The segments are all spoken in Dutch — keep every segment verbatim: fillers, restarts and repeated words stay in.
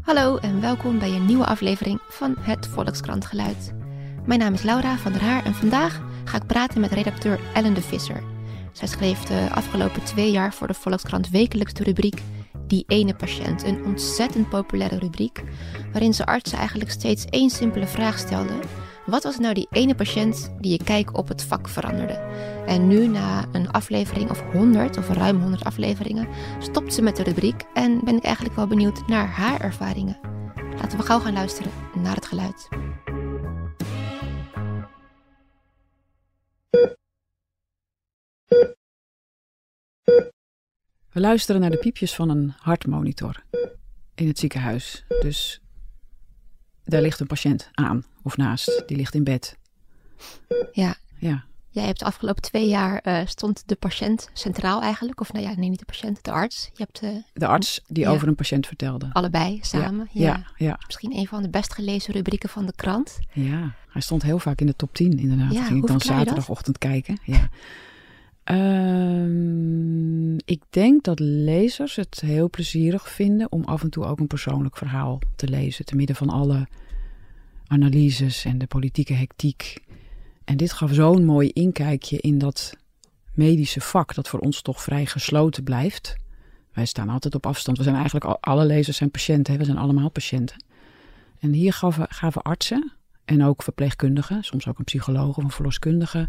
Hallo en welkom bij een nieuwe aflevering van het Volkskrant-geluid. Mijn naam is Laura van der Haar en vandaag ga ik praten met redacteur Ellen de Visser. Zij schreef de afgelopen twee jaar voor de Volkskrant wekelijks de rubriek Die ene patiënt. Een ontzettend populaire rubriek waarin ze artsen eigenlijk steeds één simpele vraag stelden. Wat was nou die ene patiënt die je kijk op het vak veranderde? En nu, na een aflevering of honderd of ruim honderd afleveringen, stopt ze met de rubriek en ben ik eigenlijk wel benieuwd naar haar ervaringen. Laten we gauw gaan luisteren naar het geluid. We luisteren naar de piepjes van een hartmonitor in het ziekenhuis. Dus daar ligt een patiënt aan of naast, die ligt in bed. Ja. Ja. Jij hebt de afgelopen twee jaar uh, stond de patiënt centraal eigenlijk. Of nou ja, nee, niet de patiënt, de arts. Je hebt, uh, de arts die ja. over een patiënt vertelde. Allebei samen. Ja. Ja. Ja. Ja. Misschien een van de best gelezen rubrieken van de krant. Ja, hij stond heel vaak in de top tien inderdaad. Ja, ging ik dan zaterdagochtend kijken. Ja. Uh, ik denk dat lezers het heel plezierig vinden om af en toe ook een persoonlijk verhaal te lezen. Te midden van alle analyses en de politieke hectiek. En dit gaf zo'n mooi inkijkje in dat medische vak dat voor ons toch vrij gesloten blijft. Wij staan altijd op afstand. We zijn eigenlijk, al, alle lezers zijn patiënten. Hè? We zijn allemaal patiënten. En hier gaven, gaven artsen en ook verpleegkundigen, soms ook een psycholoog of een verloskundige,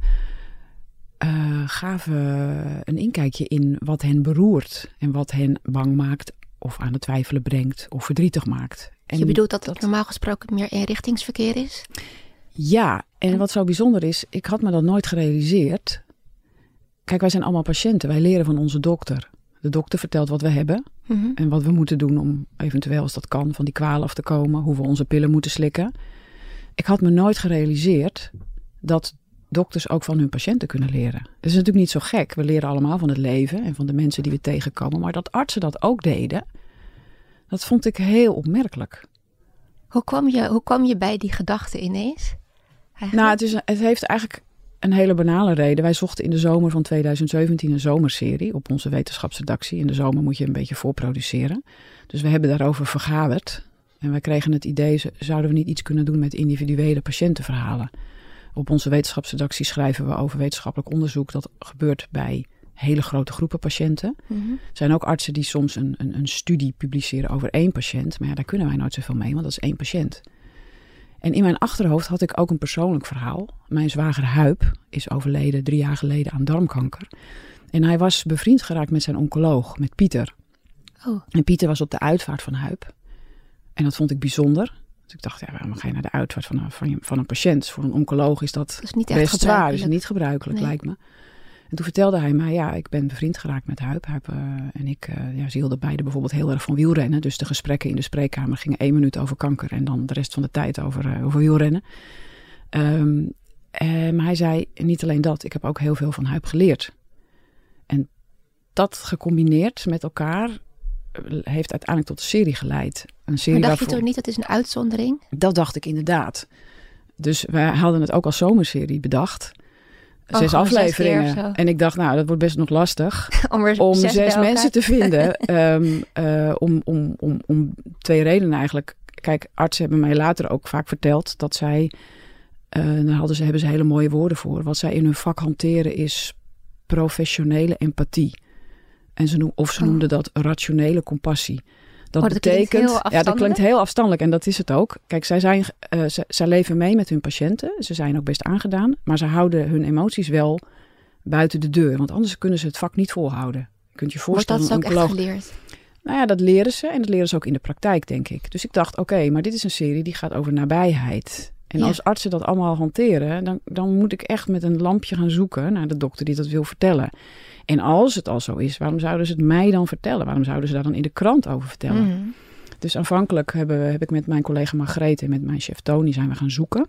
Uh, gaven een inkijkje in wat hen beroert en wat hen bang maakt of aan het twijfelen brengt of verdrietig maakt. En je bedoelt dat het dat... normaal gesproken meer eenrichtingsverkeer is? Ja, en, en wat zo bijzonder is, ik had me dat nooit gerealiseerd. Kijk, wij zijn allemaal patiënten, wij leren van onze dokter. De dokter vertelt wat we hebben mm-hmm. en wat we moeten doen om eventueel, als dat kan, van die kwaal af te komen, hoe we onze pillen moeten slikken. Ik had me nooit gerealiseerd dat dokters ook van hun patiënten kunnen leren. Dat is natuurlijk niet zo gek. We leren allemaal van het leven en van de mensen die we tegenkomen. Maar dat artsen dat ook deden, dat vond ik heel opmerkelijk. Hoe kwam je, hoe kwam je bij die gedachte ineens? Eigenlijk? Nou, het, is, het heeft eigenlijk een hele banale reden. Wij zochten in de zomer van tweeduizend zeventien een zomerserie op onze wetenschapsredactie. In de zomer moet je een beetje voorproduceren. Dus we hebben daarover vergaderd. En wij kregen het idee, zouden we niet iets kunnen doen met individuele patiëntenverhalen? Op onze wetenschapsredactie schrijven we over wetenschappelijk onderzoek. Dat gebeurt bij hele grote groepen patiënten. Mm-hmm. Er zijn ook artsen die soms een, een, een studie publiceren over één patiënt. Maar ja, daar kunnen wij nooit zoveel mee, want dat is één patiënt. En in mijn achterhoofd had ik ook een persoonlijk verhaal. Mijn zwager Huip is overleden drie jaar geleden aan darmkanker. En hij was bevriend geraakt met zijn oncoloog, met Pieter. Oh. En Pieter was op de uitvaart van Huip. En dat vond ik bijzonder. Dus ik dacht, ja, waarom ga je naar de uitvaart van een, van, je, van een patiënt? Voor een oncoloog is dat, dat is niet best zwaar. Dat is niet gebruikelijk, nee. lijkt me. En toen vertelde hij mij, ja, ik ben bevriend geraakt met Huip. Huip uh, en ik, uh, ja, ze hielden beide bijvoorbeeld heel erg van wielrennen. Dus de gesprekken in de spreekkamer gingen één minuut over kanker. En dan de rest van de tijd over, uh, over wielrennen. Um, uh, maar hij zei, niet alleen dat, ik heb ook heel veel van Huip geleerd. En dat gecombineerd met elkaar heeft uiteindelijk tot een serie geleid. Een serie maar dacht waarvoor... je toch niet, dat is een uitzondering? Dat dacht ik inderdaad. Dus wij hadden het ook als zomerserie bedacht. Oh, zes afleveringen. Zes en ik dacht, nou, dat wordt best nog lastig. om er om zes, zes mensen te vinden. um, uh, om, om, om, om twee redenen eigenlijk. Kijk, artsen hebben mij later ook vaak verteld dat zij... Uh, daar hadden ze, hebben ze hele mooie woorden voor. Wat zij in hun vak hanteren is professionele empathie. En ze noem, of ze noemden dat rationele compassie. Dat, oh, dat betekent, ja, dat klinkt heel afstandelijk en dat is het ook. Kijk, zij, zijn, uh, zij, zij leven mee met hun patiënten. Ze zijn ook best aangedaan, maar ze houden hun emoties wel buiten de deur. Want anders kunnen ze het vak niet volhouden. Je kunt je voorstellen. Wordt dat ook oncoloog... echt geleerd? Nou ja, dat leren ze en dat leren ze ook in de praktijk, denk ik. Dus ik dacht, oké, okay, maar dit is een serie die gaat over nabijheid. En ja. als artsen dat allemaal hanteren, dan, dan moet ik echt met een lampje gaan zoeken naar de dokter die dat wil vertellen. En als het al zo is, waarom zouden ze het mij dan vertellen? Waarom zouden ze daar dan in de krant over vertellen? Mm-hmm. Dus aanvankelijk hebben we, heb ik met mijn collega Margreet en met mijn chef Tony zijn we gaan zoeken.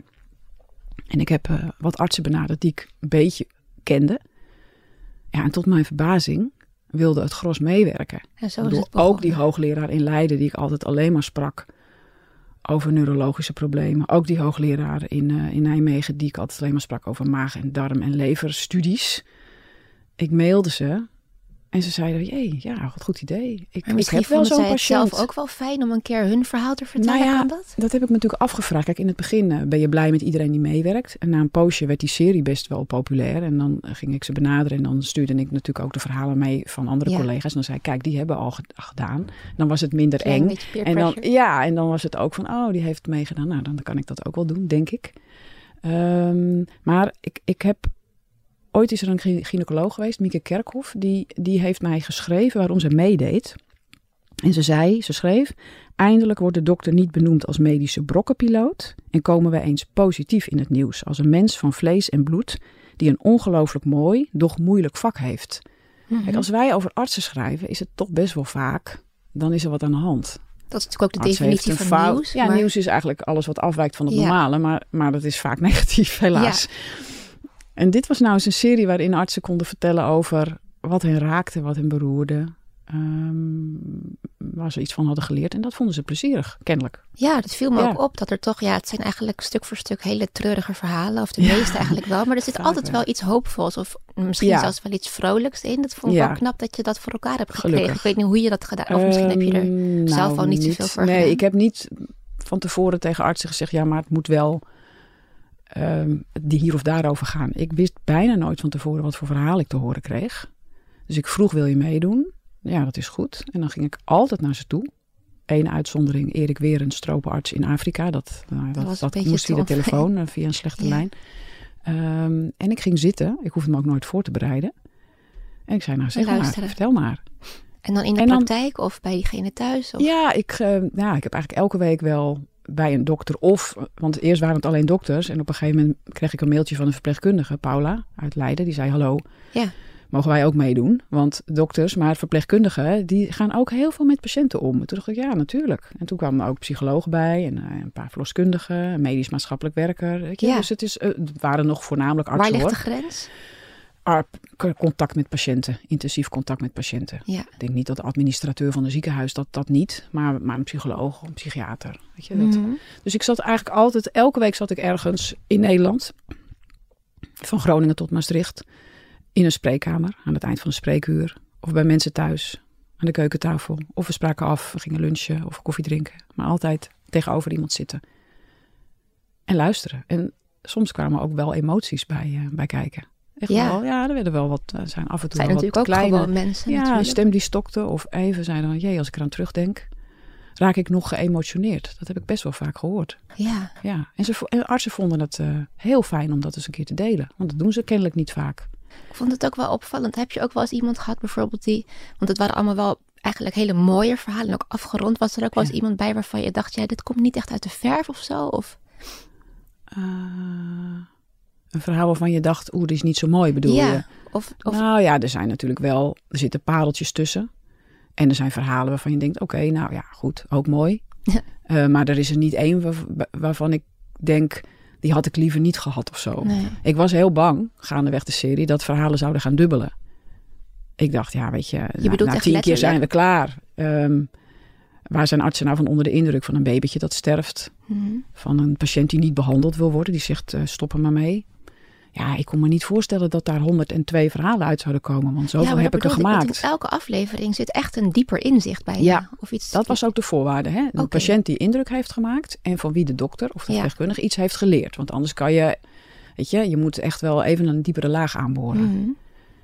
En ik heb uh, wat artsen benaderd die ik een beetje kende. Ja, en tot mijn verbazing wilde het gros meewerken. En zo is Door het begonnen. Ook die hoogleraar in Leiden die ik altijd alleen maar sprak over neurologische problemen. Ook die hoogleraar in, uh, in Nijmegen die ik altijd alleen maar sprak over maag- en darm- en leverstudies. Ik mailde ze En ze zeiden, jee, ja, wat goed idee. Ik, maar misschien ik heb wel zo'n zij het patiënt. zelf ook wel fijn om een keer hun verhaal te vertellen. Nou ja, kan dat? dat heb ik me natuurlijk afgevraagd. Kijk, in het begin uh, ben je blij met iedereen die meewerkt. En na een poosje werd die serie best wel populair. En dan uh, ging ik ze benaderen. En dan stuurde ik natuurlijk ook de verhalen mee van andere ja. collega's. En dan zei ik, kijk, die hebben al ge- gedaan. Dan was het minder ja, eng. En dan, pressure. ja, en dan was het ook van, oh, die heeft meegedaan. Nou, dan kan ik dat ook wel doen, denk ik. Um, maar ik, ik heb... Ooit is er een gynaecoloog geweest, Mieke Kerkhoff, die, die heeft mij geschreven waarom ze meedeed. En ze zei, ze schreef, eindelijk wordt de dokter niet benoemd als medische brokkenpiloot en komen we eens positief in het nieuws als een mens van vlees en bloed die een ongelooflijk mooi, doch moeilijk vak heeft. Mm-hmm. Kijk, als wij over artsen schrijven, is het toch best wel vaak, dan is er wat aan de hand. Dat is natuurlijk ook de Arts definitie van fout. nieuws. Ja, maar... nieuws is eigenlijk alles wat afwijkt van het ja. normale, maar, maar dat is vaak negatief, helaas. Ja. En dit was nou eens een serie waarin artsen konden vertellen over wat hen raakte, wat hen beroerde. Um, waar ze iets van hadden geleerd. En dat vonden ze plezierig, kennelijk. Ja, dat viel me ja. ook op. Dat er toch, ja, het zijn eigenlijk stuk voor stuk hele treurige verhalen. Of de ja, meeste eigenlijk wel. Maar er zit altijd wel iets hoopvols. Of misschien ja. zelfs wel iets vrolijks in. Dat vond ik ja. wel knap dat je dat voor elkaar hebt gekregen. Gelukkig. Ik weet niet hoe je dat gedaan. Of um, misschien heb je er nou, zelf al niet zoveel voor Nee, gedaan. ik heb niet van tevoren tegen artsen gezegd, ja, maar het moet wel um, die hier of daarover gaan. Ik wist bijna nooit van tevoren wat voor verhaal ik te horen kreeg. Dus ik vroeg, wil je meedoen? Ja, dat is goed. En dan ging ik altijd naar ze toe. Eén uitzondering, Erik Weer, stropenarts in Afrika. Dat, nou, dat, dat, dat moest via de telefoon, uh, via een slechte ja. lijn. Um, en ik ging zitten. Ik hoefde me ook nooit voor te bereiden. En ik zei, nou zeg maar, vertel maar. En dan in de en praktijk dan, of bij diegene thuis? Of? Ja, ik, uh, ja, ik heb eigenlijk elke week wel bij een dokter of... Want eerst waren het alleen dokters. En op een gegeven moment kreeg ik een mailtje van een verpleegkundige, Paula, uit Leiden. Die zei, hallo. Ja. Mogen wij ook meedoen? Want dokters, maar verpleegkundigen, die gaan ook heel veel met patiënten om. En toen dacht ik, ja, natuurlijk. En toen kwamen er ook psychologen bij en uh, een paar verloskundigen, een medisch maatschappelijk werker. Weet je? Ja. Dus het, is, uh, het waren nog voornamelijk artsen. Waar ligt hoor. de grens? Ar- contact met patiënten, intensief contact met patiënten. Ja. Ik denk niet dat de administrateur van een ziekenhuis dat, dat niet, maar, maar een psycholoog, een psychiater. Weet je, dat. Mm-hmm. Dus ik zat eigenlijk altijd, elke week zat ik ergens in Nederland, van Groningen tot Maastricht, in een spreekkamer, aan het eind van een spreekuur. Of bij mensen thuis, aan de keukentafel. Of we spraken af, we gingen lunchen of koffie drinken. Maar altijd tegenover iemand zitten. En luisteren. En soms kwamen ook wel emoties bij, uh, bij kijken. Echt ja. wel, ja, er werden wel wat, uh, zijn af en toe zijn wel natuurlijk wat kleine... ook gewoon mensen Ja, natuurlijk. Een stem die stokte. Of even zeiden van, jee, als ik eraan terugdenk, raak ik nog geëmotioneerd. Dat heb ik best wel vaak gehoord. Ja. ja. En, ze, en artsen vonden het uh, heel fijn om dat eens een keer te delen. Want dat doen ze kennelijk niet vaak. Ik vond het ook wel opvallend. Heb je ook wel eens iemand gehad bijvoorbeeld die... Want het waren allemaal wel eigenlijk hele mooie verhalen. En ook afgerond. Was er ook wel eens ja. iemand bij waarvan je dacht... Ja, dit komt niet echt uit de verf of zo? Of... Uh, een verhaal waarvan je dacht... Oeh, die is niet zo mooi, bedoel ja, je? Of, of... Nou ja, er zijn natuurlijk wel... Er zitten pareltjes tussen. En er zijn verhalen waarvan je denkt... Oké, okay, nou ja, goed, ook mooi. Ja. Uh, maar er is er niet één waar, waarvan ik denk... Die had ik liever niet gehad of zo. Nee. Ik was heel bang, gaandeweg de serie, dat verhalen zouden gaan dubbelen. Ik dacht, ja, weet je, je na, na tien keer zijn we klaar. Um, waar zijn artsen nou van onder de indruk van een babytje dat sterft? Mm-hmm. Van een patiënt die niet behandeld wil worden, die zegt, uh, stop er maar mee. Ja, ik kon me niet voorstellen dat daar honderdtwee verhalen uit zouden komen. Want zoveel ja, heb ik er gemaakt. Ik, in elke aflevering zit echt een dieper inzicht bij. Ja, of iets, dat was ook de voorwaarde. Hè? Een okay. patiënt die indruk heeft gemaakt. En van wie de dokter of de verpleegkundige ja. iets heeft geleerd. Want anders kan je, weet je, je moet echt wel even een diepere laag aanboren. Mm-hmm.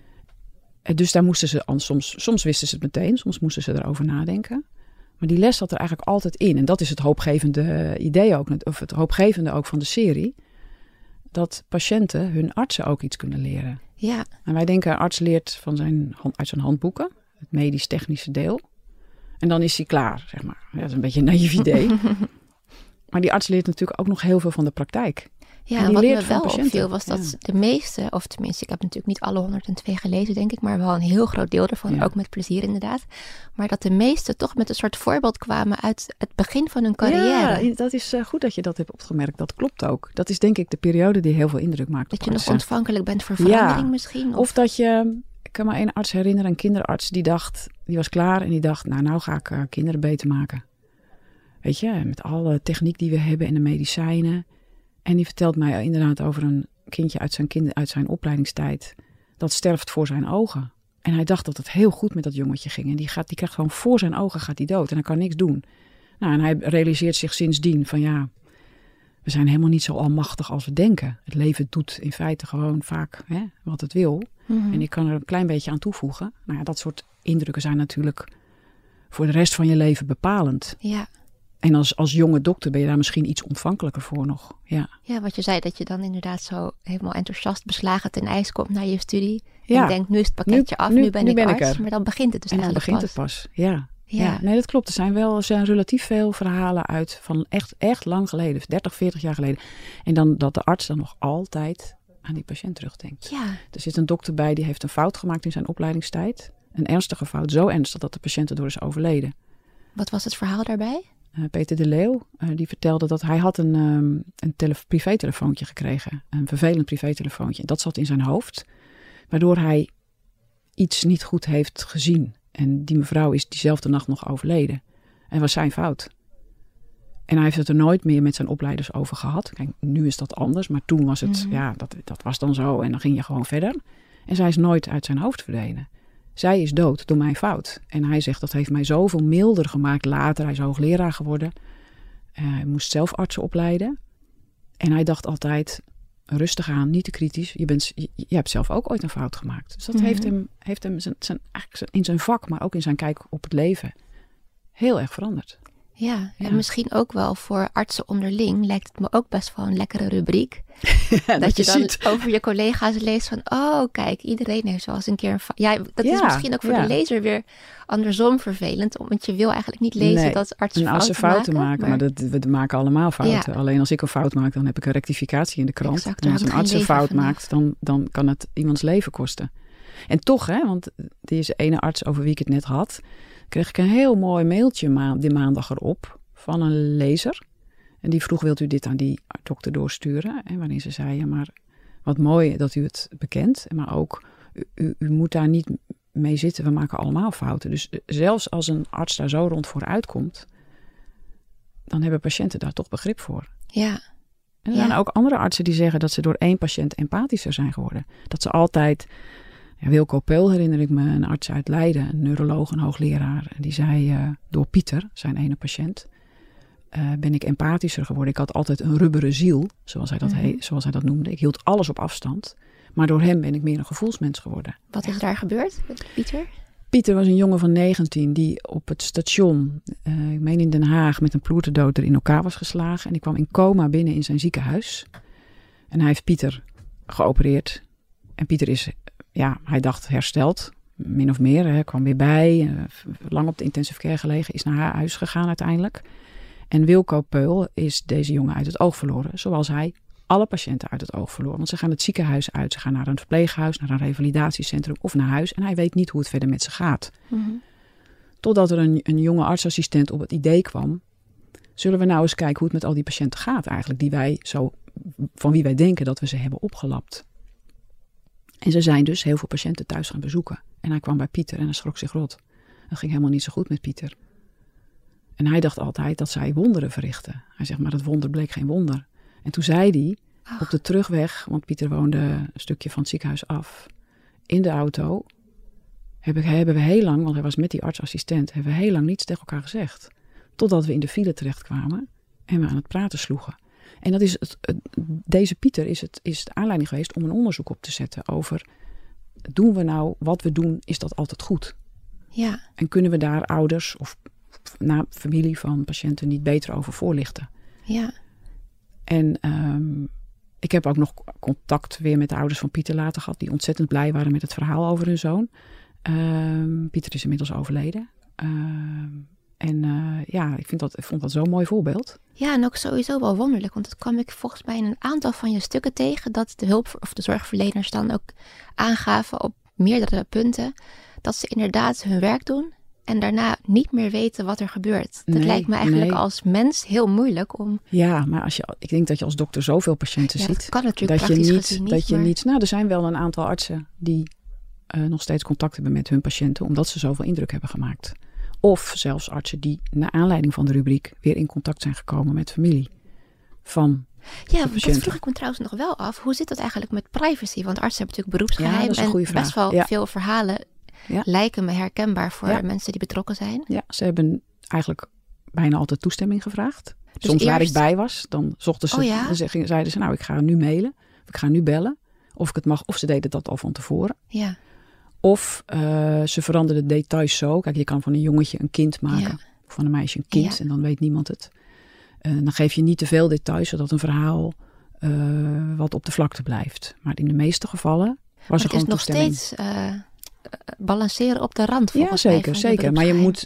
Dus daar moesten ze, soms, soms wisten ze het meteen. Soms moesten ze erover nadenken. Maar die les zat er eigenlijk altijd in. En dat is het hoopgevende idee ook. Of het hoopgevende ook van de serie. Dat patiënten hun artsen ook iets kunnen leren. Ja. En wij denken, een arts leert van zijn, uit zijn handboeken, het medisch-technische deel. En dan is hij klaar, zeg maar. Ja, dat is een beetje een naïef idee. Maar die arts leert natuurlijk ook nog heel veel van de praktijk. Ja, en, en wat me wel opviel was dat ja. de meeste, of tenminste, ik heb natuurlijk niet alle honderdtwee gelezen, denk ik, maar wel een heel groot deel ervan, ja. ook met plezier inderdaad. Maar dat de meeste toch met een soort voorbeeld kwamen uit het begin van hun carrière. Ja, dat is uh, goed dat je dat hebt opgemerkt. Dat klopt ook. Dat is denk ik de periode die heel veel indruk maakt. Dat je nog ontvankelijk bent voor verandering ja. misschien? Of? of dat je, ik kan me een arts herinneren, een kinderarts, die dacht, die was klaar en die dacht, nou, nou ga ik uh, kinderen beter maken. Weet je, met alle techniek die we hebben en de medicijnen. En die vertelt mij inderdaad over een kindje uit zijn, kinder, uit zijn opleidingstijd. Dat sterft voor zijn ogen. En hij dacht dat het heel goed met dat jongetje ging. En die, gaat, die krijgt gewoon voor zijn ogen gaat die dood. En hij kan niks doen. Nou, en hij realiseert zich sindsdien van ja, we zijn helemaal niet zo almachtig als we denken. Het leven doet in feite gewoon vaak hè, wat het wil. Mm-hmm. En ik kan er een klein beetje aan toevoegen. Nou ja, dat soort indrukken zijn natuurlijk voor de rest van je leven bepalend. Ja. En als, als jonge dokter ben je daar misschien iets ontvankelijker voor nog. Ja. Ja, wat je zei, dat je dan inderdaad zo helemaal enthousiast beslagen ten ijs komt naar je studie. En ja. je denkt, nu is het pakketje nu, af, nu, nu ben nu ik ben arts. Ik maar dan begint het dus en eigenlijk dan begint pas. het pas, ja. Ja. ja. Nee, dat klopt. Er zijn wel er zijn relatief veel verhalen uit van echt, echt lang geleden. dertig, veertig jaar geleden. En dan dat de arts dan nog altijd aan die patiënt terugdenkt. Ja. Er zit een dokter bij die heeft een fout gemaakt in zijn opleidingstijd. Een ernstige fout. Zo ernstig dat de patiënt erdoor is overleden. Wat was het verhaal daarbij? Uh, Peter de Leeuw, uh, die vertelde dat hij had een, um, een tele- privételefoontje gekregen. Een vervelend privételefoontje. Dat zat in zijn hoofd. Waardoor hij iets niet goed heeft gezien. En die mevrouw is diezelfde nacht nog overleden. En was zijn fout. En hij heeft het er nooit meer met zijn opleiders over gehad. Kijk, nu is dat anders. Maar toen was het, mm-hmm. ja, dat, dat was dan zo. En dan ging je gewoon verder. En zij is nooit uit zijn hoofd verdwenen. Zij is dood door mijn fout. En hij zegt, dat heeft mij zoveel milder gemaakt later. Hij is hoogleraar geworden. Uh, hij moest zelf artsen opleiden. En hij dacht altijd, rustig aan, niet te kritisch. Je, bent, je, je hebt zelf ook ooit een fout gemaakt. Dus dat mm-hmm. heeft hem, heeft hem zijn, zijn, eigenlijk in zijn vak, maar ook in zijn kijk op het leven, heel erg veranderd. Ja, ja, en misschien ook wel voor artsen onderling lijkt het me ook best wel een lekkere rubriek. Ja, dat, dat je, je dan ziet. over je collega's leest van, oh kijk, iedereen heeft zoals een keer een fout. Ja, dat ja, is misschien ook voor ja. de lezer weer andersom vervelend. Want je wil eigenlijk niet lezen nee, dat artsen en als fouten, ze fouten maken. maken, maar, maar dat, we maken allemaal fouten. Ja. Alleen als ik een fout maak, dan heb ik een rectificatie in de krant. Exact, en als een arts een fout vanaf. maakt, dan, dan kan het iemands leven kosten. En toch, hè, want deze ene arts over wie ik het net had, kreeg ik een heel mooi mailtje ma- die maandag erop van een lezer. En die vroeg, wilt u dit aan die dokter doorsturen? En waarin ze zei, ja, maar wat mooi dat u het bekent. Maar ook, u, u, u moet daar niet mee zitten. We maken allemaal fouten. Dus zelfs als een arts daar zo rond voor uitkomt, dan hebben patiënten daar toch begrip voor. Ja. En er ja. zijn ook andere artsen die zeggen dat ze door één patiënt empathischer zijn geworden. Dat ze altijd... Ja, Wilco Peul herinner ik me, een arts uit Leiden, een neuroloog, een hoogleraar. Die zei, uh, door Pieter, zijn ene patiënt, uh, ben ik empathischer geworden. Ik had altijd een rubberen ziel, zoals hij, dat mm-hmm. he- zoals hij dat noemde. Ik hield alles op afstand. Maar door hem ben ik meer een gevoelsmens geworden. Wat is daar gebeurd met Pieter? Pieter was een jongen van negentien die op het station, uh, ik meen in Den Haag, met een ploerterdood er in elkaar was geslagen. En die kwam in coma binnen in zijn ziekenhuis. En hij heeft Pieter geopereerd. En Pieter is... Ja, hij dacht hersteld, min of meer. Hij kwam weer bij, uh, lang op de intensive care gelegen, is naar huis gegaan uiteindelijk. En Wilco Peul is deze jongen uit het oog verloren, zoals hij alle patiënten uit het oog verloor. Want ze gaan het ziekenhuis uit, ze gaan naar een verpleeghuis, naar een revalidatiecentrum of naar huis. En hij weet niet hoe het verder met ze gaat. Mm-hmm. Totdat er een, een jonge artsassistent op het idee kwam, zullen we nou eens kijken hoe het met al die patiënten gaat eigenlijk, die wij zo, van wie wij denken dat we ze hebben opgelapt. En ze zijn dus heel veel patiënten thuis gaan bezoeken. En hij kwam bij Pieter en hij schrok zich rot. Het ging helemaal niet zo goed met Pieter. En hij dacht altijd dat zij wonderen verrichtten. Hij zegt, maar dat wonder bleek geen wonder. En toen zei hij, Ach. op de terugweg, want Pieter woonde een stukje van het ziekenhuis af, in de auto, hebben, hebben we heel lang, want hij was met die artsassistent, hebben we heel lang niets tegen elkaar gezegd. Totdat we in de file terechtkwamen en we aan het praten sloegen. En dat is het, het, deze Pieter is, het, is de aanleiding geweest om een onderzoek op te zetten over, doen we nou wat we doen, is dat altijd goed? Ja. En kunnen we daar ouders of na, familie van patiënten niet beter over voorlichten? Ja. En um, ik heb ook nog contact weer met de ouders van Pieter later gehad, die ontzettend blij waren met het verhaal over hun zoon. Um, Pieter is inmiddels overleden. Um, En uh, ja, ik, vind dat, ik vond dat zo'n mooi voorbeeld. Ja, en ook sowieso wel wonderlijk. Want dat kwam ik volgens mij in een aantal van je stukken tegen. Dat de hulp of de zorgverleners dan ook aangaven op meerdere punten. Dat ze inderdaad hun werk doen. En daarna niet meer weten wat er gebeurt. Dat nee, lijkt me eigenlijk nee. als mens heel moeilijk om... Ja, maar als je, ik denk dat je als dokter zoveel patiënten ja, ziet. Dat kan natuurlijk dat je praktisch niet, gezien niet. Dat je maar... niet, nou, er zijn wel een aantal artsen die uh, nog steeds contact hebben met hun patiënten. Omdat ze zoveel indruk hebben gemaakt. Of zelfs artsen die naar aanleiding van de rubriek weer in contact zijn gekomen met familie van ja, de patiënten. Dat vroeg ik me trouwens nog wel af. Hoe zit dat eigenlijk met privacy? Want artsen hebben natuurlijk beroepsgeheim ja, en best wel ja. veel verhalen ja. lijken me herkenbaar voor ja. mensen die betrokken zijn. Ja, ze hebben eigenlijk bijna altijd toestemming gevraagd. Dus Soms eerst... waar ik bij was, dan zochten ze, oh, ja? dan zeiden ze, nou, ik ga nu mailen. Of ik ga nu bellen. Of ik het mag, of ze deden dat al van tevoren. Ja. Of uh, ze veranderden details zo. Kijk, je kan van een jongetje een kind maken. Ja. Of van een meisje een kind. Ja. En dan weet niemand het. Uh, dan geef je niet te veel details, zodat een verhaal uh, wat op de vlakte blijft. Maar in de meeste gevallen was er gewoon toestemming. Het is nog steeds uh, balanceren op de rand, volgens ja, zeker, mij, van zeker. je maar je moet...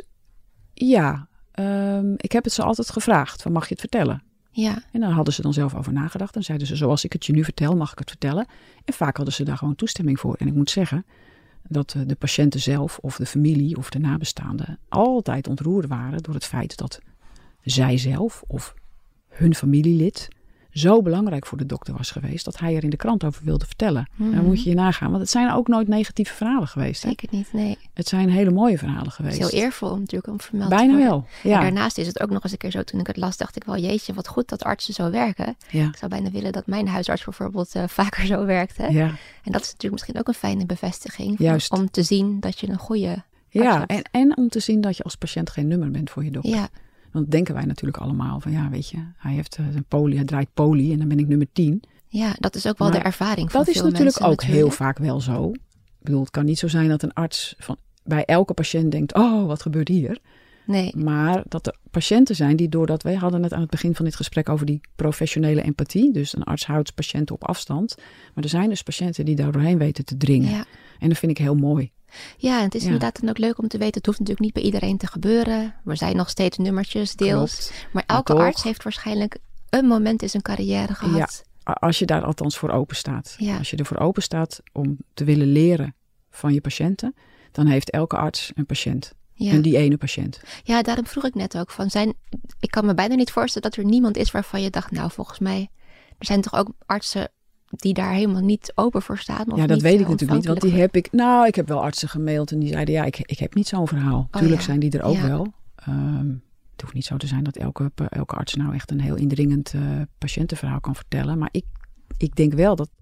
Ja, um, ik heb het ze altijd gevraagd. Van, mag je het vertellen? Ja. En dan hadden ze dan zelf over nagedacht. En zeiden ze, zoals ik het je nu vertel, mag ik het vertellen? En vaak hadden ze daar gewoon toestemming voor. En ik moet zeggen dat de patiënten zelf of de familie of de nabestaanden altijd ontroerd waren door het feit dat zij zelf of hun familielid zo belangrijk voor de dokter was geweest dat hij er in de krant over wilde vertellen. Mm-hmm. Dan moet je je nagaan, want het zijn ook nooit negatieve verhalen geweest. Hè? Zeker niet, nee. Het zijn hele mooie verhalen geweest. Het is heel eervol om natuurlijk om vermeld Bijna te worden. wel, ja. En daarnaast is het ook nog eens een keer zo, toen ik het las, dacht ik wel, jeetje, wat goed dat artsen zo werken. Ja. Ik zou bijna willen dat mijn huisarts bijvoorbeeld uh, vaker zo werkte. Ja. En dat is natuurlijk misschien ook een fijne bevestiging. Juist. Om te zien dat je een goede arts ja, hebt. en, en om te zien dat je als patiënt geen nummer bent voor je dokter. Ja. Want denken wij natuurlijk allemaal van, ja, weet je, hij heeft uh, een poli, hij draait poli en dan ben ik nummer tien. Ja, dat is ook wel maar de ervaring van dat veel is natuurlijk mensen. ook natuurlijk. heel vaak wel zo. Ik bedoel, het kan niet zo zijn dat een arts van, bij elke patiënt denkt, oh, wat gebeurt hier? Nee. Maar dat er patiënten zijn die doordat, wij hadden het aan het begin van dit gesprek over die professionele empathie. Dus een arts houdt patiënten op afstand. Maar er zijn dus patiënten die daar doorheen weten te dringen. Ja. En dat vind ik heel mooi. Ja, en het is ja. inderdaad dan ook leuk om te weten, het hoeft natuurlijk niet bij iedereen te gebeuren. Er zijn nog steeds nummertjes, deels. Klopt. Maar elke maar arts heeft waarschijnlijk een moment in zijn carrière gehad. Ja, als je daar althans voor open staat. Ja. Als je ervoor open staat om te willen leren van je patiënten, dan heeft elke arts een patiënt. Ja. En die ene patiënt. Ja, daarom vroeg ik net ook van zijn. Ik kan me bijna niet voorstellen dat er niemand is waarvan je dacht, nou volgens mij, er zijn toch ook artsen die daar helemaal niet open voor staan? Of ja, dat niet, weet uh, ik natuurlijk niet, want die heb ik, nou ik heb wel artsen gemaild en die zeiden, ja, ik, ik heb niet zo'n verhaal. Oh, Tuurlijk ja. zijn die er ook ja. wel. Um, het hoeft niet zo te zijn dat elke, elke arts nou echt een heel indringend uh, patiëntenverhaal kan vertellen. Maar ik, ik denk wel dat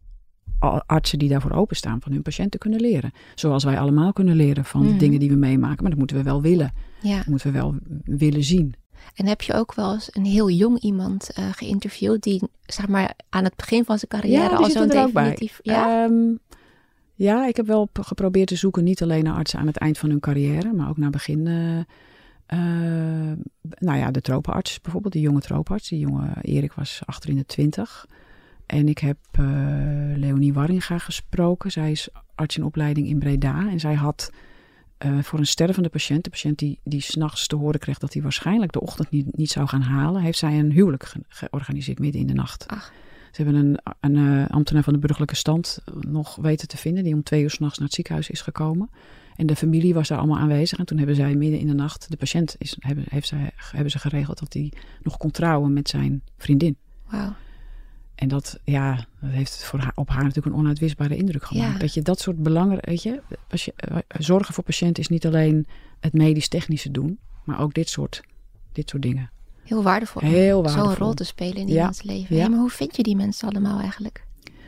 artsen die daarvoor openstaan van hun patiënten kunnen leren. Zoals wij allemaal kunnen leren van mm. de dingen die we meemaken. Maar dat moeten we wel willen. Ja. Dat moeten we wel willen zien. En heb je ook wel eens een heel jong iemand uh, geïnterviewd die, zeg maar, aan het begin van zijn carrière ja, al zo'n definitief... Ja? Um, ja, ik heb wel geprobeerd te zoeken, niet alleen naar artsen aan het eind van hun carrière, maar ook naar begin. Uh, uh, nou ja, de tropenarts bijvoorbeeld, die jonge tropenarts. Die jonge Erik was achter in de twintig. En ik heb uh, Leonie Warringa gesproken. Zij is arts in opleiding in Breda. En zij had uh, voor een stervende patiënt, de patiënt die, die 's nachts te horen kreeg dat hij waarschijnlijk de ochtend niet, niet zou gaan halen, heeft zij een huwelijk ge- georganiseerd midden in de nacht. Ach. Ze hebben een, een uh, ambtenaar van de burgerlijke stand nog weten te vinden, die om twee uur 's nachts naar het ziekenhuis is gekomen. En de familie was daar allemaal aanwezig. En toen hebben zij midden in de nacht, de patiënt is, hebben, heeft zij, hebben ze geregeld dat hij nog kon trouwen met zijn vriendin. Wauw. En dat, ja, dat heeft voor haar, op haar natuurlijk een onuitwisbare indruk gemaakt. Ja. Dat je dat soort belangrijk, weet je, zorgen voor patiënten is niet alleen het medisch-technische doen, maar ook dit soort, dit soort dingen. Heel waardevol. Heel waardevol. Zo'n rol te spelen in ja. iemands leven. Ja. Ja, maar hoe vind je die mensen allemaal eigenlijk?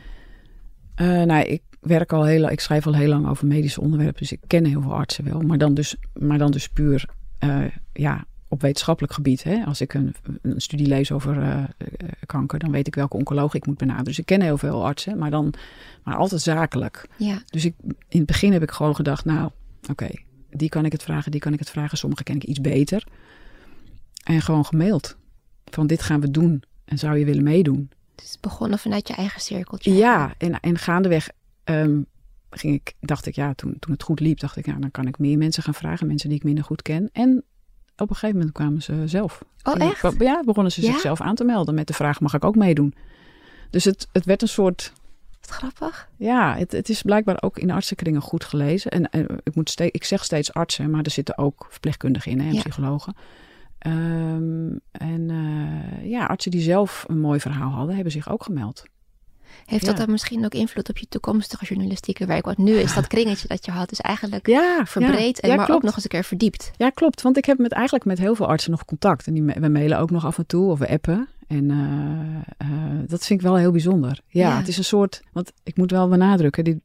Uh, nou, ik werk al heel, ik schrijf al heel lang over medische onderwerpen, dus ik ken heel veel artsen wel, maar dan dus, maar dan dus puur, uh, ja. op wetenschappelijk gebied. Hè? Als ik een, een studie lees over uh, uh, kanker, dan weet ik welke oncoloog ik moet benaderen. Dus ik ken heel veel artsen, maar dan maar altijd zakelijk. Ja. Dus ik, in het begin heb ik gewoon gedacht, nou, oké, okay, die kan ik het vragen, die kan ik het vragen. Sommige ken ik iets beter. En gewoon gemaild. Van dit gaan we doen. En zou je willen meedoen? Het is begonnen vanuit je eigen cirkeltje. Ja, en, en gaandeweg um, ging ik, dacht ik, ja, toen, toen het goed liep, dacht ik, ja, dan kan ik meer mensen gaan vragen. Mensen die ik minder goed ken. En op een gegeven moment kwamen ze zelf. Oh, echt? Ja, begonnen ze ja? zichzelf aan te melden met de vraag, mag ik ook meedoen? Dus het, het werd een soort... Wat grappig. Ja, het, het is blijkbaar ook in artsenkringen goed gelezen. En, en ik, moet steeds, ik zeg steeds artsen, maar er zitten ook verpleegkundigen in, hè, en ja. psychologen. Um, en uh, ja, artsen die zelf een mooi verhaal hadden, hebben zich ook gemeld. Heeft ja. dat dan misschien ook invloed op je toekomstige journalistieke werk? Want nu is dat kringetje dat je had dus eigenlijk ja, verbreed ja, en ja, maar klopt. ook nog eens een keer verdiept. Ja, klopt. Want ik heb met, eigenlijk met heel veel artsen nog contact. En die, we mailen ook nog af en toe of we appen. En uh, uh, dat vind ik wel heel bijzonder. Ja, ja, het is een soort, want ik moet wel benadrukken, dit,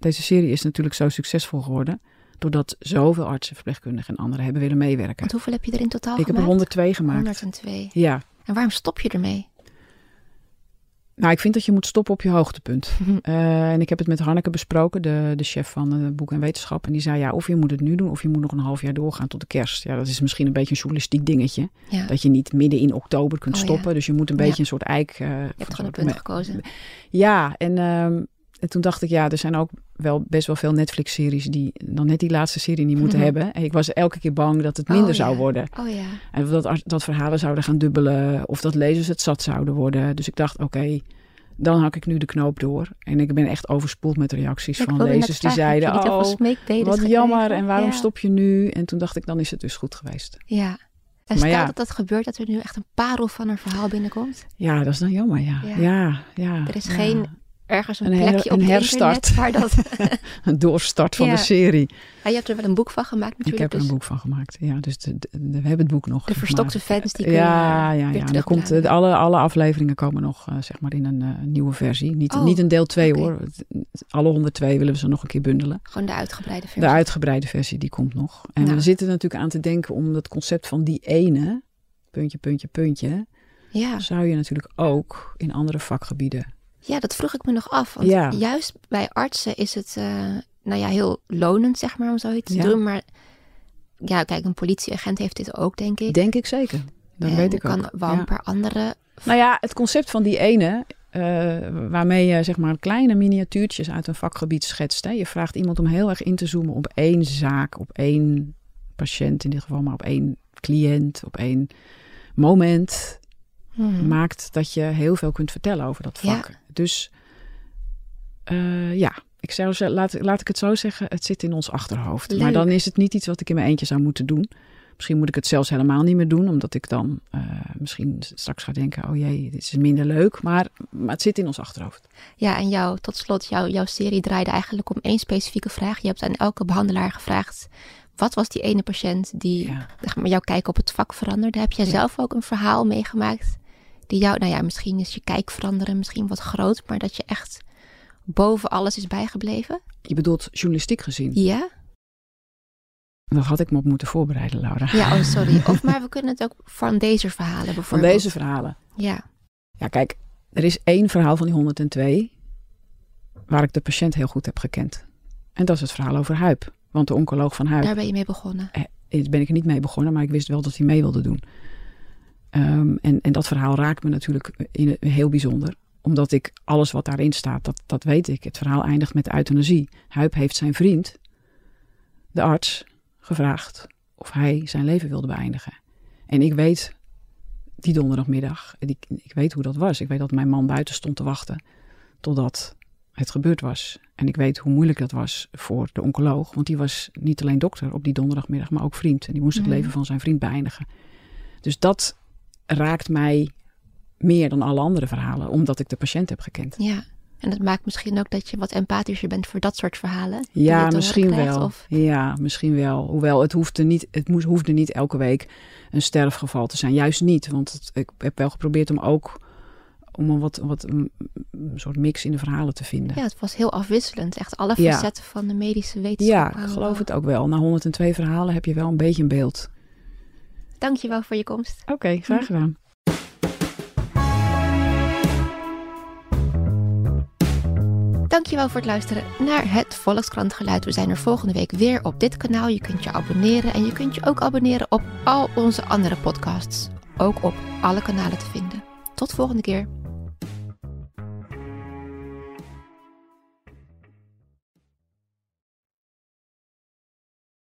Deze serie is natuurlijk zo succesvol geworden doordat zoveel artsen, verpleegkundigen en anderen hebben willen meewerken. Want hoeveel heb je er in totaal Ik gemaakt? heb er honderdtwee gemaakt. honderdtwee. Ja. En waarom stop je ermee? Nou, ik vind dat je moet stoppen op je hoogtepunt. Uh, en ik heb het met Hanneke besproken, de, de chef van uh, Boek en Wetenschap. En die zei, ja, of je moet het nu doen of je moet nog een half jaar doorgaan tot de kerst. Ja, dat is misschien een beetje een journalistiek dingetje. Ja. Dat je niet midden in oktober kunt oh, stoppen. Ja. Dus je moet een beetje ja. een soort eik... Uh, je hebt gewoon een punt me- gekozen. Ja, en, uh, en toen dacht ik, ja, er zijn ook wel best wel veel Netflix-series die dan net die laatste serie niet moeten mm-hmm. hebben. En ik was elke keer bang dat het minder oh, zou ja. worden. Oh, ja. En dat, dat verhalen zouden gaan dubbelen of dat lezers het zat zouden worden. Dus ik dacht, oké... Okay, dan hak ik nu de knoop door. En ik ben echt overspoeld met reacties ik van lezers die zeiden... oh, wat jammer en waarom ja. stop je nu? En toen dacht ik, dan is het dus goed geweest. Ja. En maar stel ja. dat dat gebeurt, dat er nu echt een parel van een verhaal binnenkomt. Ja, dat is dan jammer, ja. ja. ja, ja er is ja. geen... ergens een, een plekje her, op een het herstart. internet waar dat... een doorstart van ja. de serie. Ja, je hebt er wel een boek van gemaakt natuurlijk. Ik heb er dus een boek van gemaakt. Ja, dus de, de, de, we hebben het boek nog. De verstokte maar, fans die kunnen ja, ja, ja. Er komt, uh, alle, alle afleveringen komen nog uh, zeg maar in een uh, nieuwe versie. Niet, oh, niet een deel twee okay. hoor. Alle honderdtwee willen we ze nog een keer bundelen. Gewoon de uitgebreide versie. De uitgebreide versie, die komt nog. En nou. we zitten natuurlijk aan te denken om dat concept van die ene, puntje, puntje, puntje, ja. zou je natuurlijk ook in andere vakgebieden. Ja, dat vroeg ik me nog af. Want ja. juist bij artsen is het uh, nou ja, heel lonend, zeg maar, om zoiets ja. te doen. Maar ja, kijk, een politieagent heeft dit ook, denk ik. Denk ik zeker. Dat en weet ik kan ook. wel ja. een paar andere... Nou ja, het concept van die ene, uh, waarmee je zeg maar kleine miniatuurtjes uit een vakgebied schetst. Hè. Je vraagt iemand om heel erg in te zoomen op één zaak, op één patiënt in dit geval, maar op één cliënt, op één moment... Hmm. maakt dat je heel veel kunt vertellen over dat vak. Ja. Dus uh, ja, ik zou zeggen, laat, laat ik het zo zeggen, het zit in ons achterhoofd. Leuk. Maar dan is het niet iets wat ik in mijn eentje zou moeten doen. Misschien moet ik het zelfs helemaal niet meer doen, omdat ik dan uh, misschien straks ga denken, oh jee, dit is minder leuk. Maar, maar het zit in ons achterhoofd. Ja, en jou, tot slot, jou, jouw serie draaide eigenlijk om één specifieke vraag. Je hebt aan elke behandelaar gevraagd, wat was die ene patiënt die ja. zeg maar, jouw kijk op het vak veranderde? Heb jij ja. zelf ook een verhaal meegemaakt die jou, nou ja, misschien is je kijk veranderen misschien wat groot, maar dat je echt boven alles is bijgebleven? Je bedoelt journalistiek gezien? Ja. Dan had ik me op moeten voorbereiden, Laura. Ja, oh sorry. Of maar we kunnen het ook van deze verhalen bijvoorbeeld. Van deze verhalen? Ja. Ja, kijk, er is één verhaal van die honderdtwee waar ik de patiënt heel goed heb gekend. En dat is het verhaal over Huip. Want de oncoloog van Huip... Daar ben je mee begonnen? Eh, ben ik er niet mee begonnen, maar ik wist wel dat hij mee wilde doen. Um, en, en dat verhaal raakt me natuurlijk in, in, heel bijzonder. Omdat ik alles wat daarin staat, dat, dat weet ik. Het verhaal eindigt met euthanasie. Huip heeft zijn vriend, de arts, gevraagd of hij zijn leven wilde beëindigen. En ik weet die donderdagmiddag, ik, ik weet hoe dat was. Ik weet dat mijn man buiten stond te wachten totdat het gebeurd was. En ik weet hoe moeilijk dat was voor de oncoloog. Want die was niet alleen dokter op die donderdagmiddag, maar ook vriend. En die moest het mm. leven van zijn vriend beëindigen. Dus dat raakt mij meer dan alle andere verhalen, omdat ik de patiënt heb gekend. Ja, en dat maakt misschien ook dat je wat empathischer bent voor dat soort verhalen. Ja, misschien krijgt, wel. Of... Ja, misschien wel. Hoewel, het hoefde niet, het moest, hoefde niet elke week een sterfgeval te zijn. Juist niet, want het, ik heb wel geprobeerd om ook om een wat, wat een, een soort mix in de verhalen te vinden. Ja, het was heel afwisselend. Echt alle facetten ja. van de medische wetenschap. Ja, ik geloof het ook wel. Na honderdtwee verhalen heb je wel een beetje een beeld. Dank je wel voor je komst. Oké, okay, graag gedaan. Dankjewel voor het luisteren naar het Volkskrantgeluid. We zijn er volgende week weer op dit kanaal. Je kunt je abonneren en je kunt je ook abonneren op al onze andere podcasts. Ook op alle kanalen te vinden. Tot volgende keer.